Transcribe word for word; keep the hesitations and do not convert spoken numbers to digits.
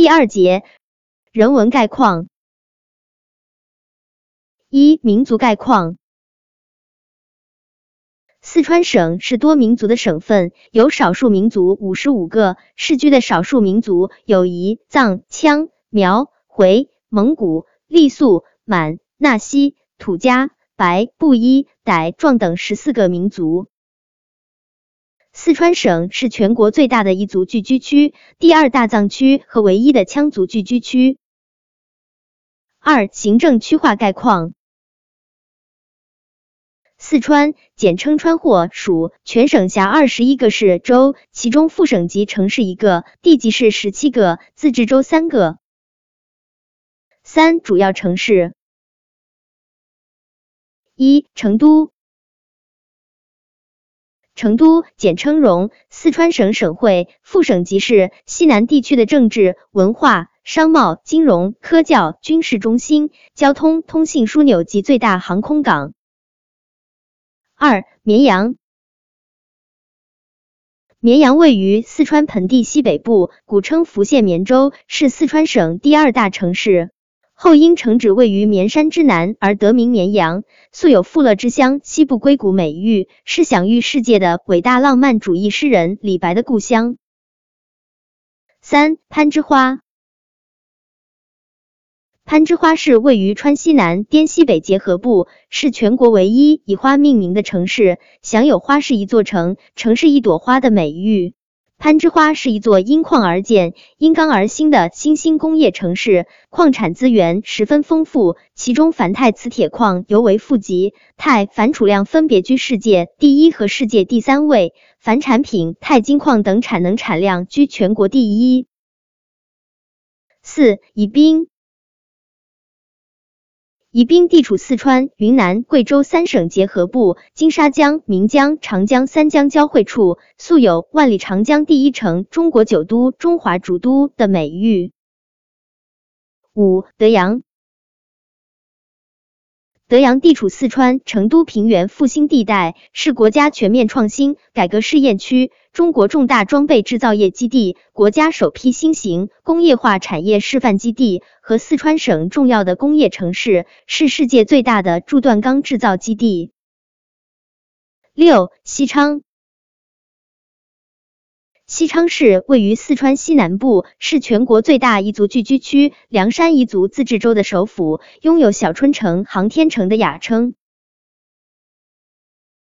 第二节人文概况。一、民族概况。四川省是多民族的省份，有少数民族五十五个，世居的少数民族有彝、藏、羌、苗、回、蒙古、傈僳、满、纳西、土家、白、布依、傣、壮等十四个民族。四川省是全国最大的彝族聚居区，第二大藏区和唯一的羌族聚居区。二、行政区划概况。四川简称川或属，全省辖二十一个市州，其中副省级城市一个，地级市十七个，自治州三个。三、主要城市。一、成都。成都简称蓉，四川省省会，副省级市，西南地区的政治、文化、商贸、金融、科教、军事中心，交通、通信枢纽及最大航空港。二、绵阳。绵阳位于四川盆地西北部，古称福县绵州，是四川省第二大城市。后因城址位于绵山之南而得名绵阳，素有富乐之乡、西部硅谷美誉，是享誉世界的伟大浪漫主义诗人李白的故乡。三、攀枝花。攀枝花市位于川西南滇西北结合部，是全国唯一以花命名的城市，享有花市一座城，城市一朵花的美誉。攀枝花是一座因矿而建、因钢而兴的新兴工业城市，矿产资源十分丰富，其中钒钛磁铁矿尤为富集，钛、钒储量分别居世界第一和世界第三位，钒产品、钛金矿等产能产量居全国第一。四、宜宾。宜宾地处四川、云南、贵州三省结合部，金沙江、岷江、长江三江交汇处，素有万里长江第一城、中国九都、中华主都的美誉。五、德阳。德阳地处四川成都平原复兴地带，是国家全面创新改革试验区、中国重大装备制造业基地、国家首批新型工业化产业示范基地和四川省重要的工业城市，是世界最大的铸锻钢制造基地。六、西昌。西昌市位于四川西南部，是全国最大彝族聚居区、凉山彝族自治州的首府，拥有小春城、航天城的雅称。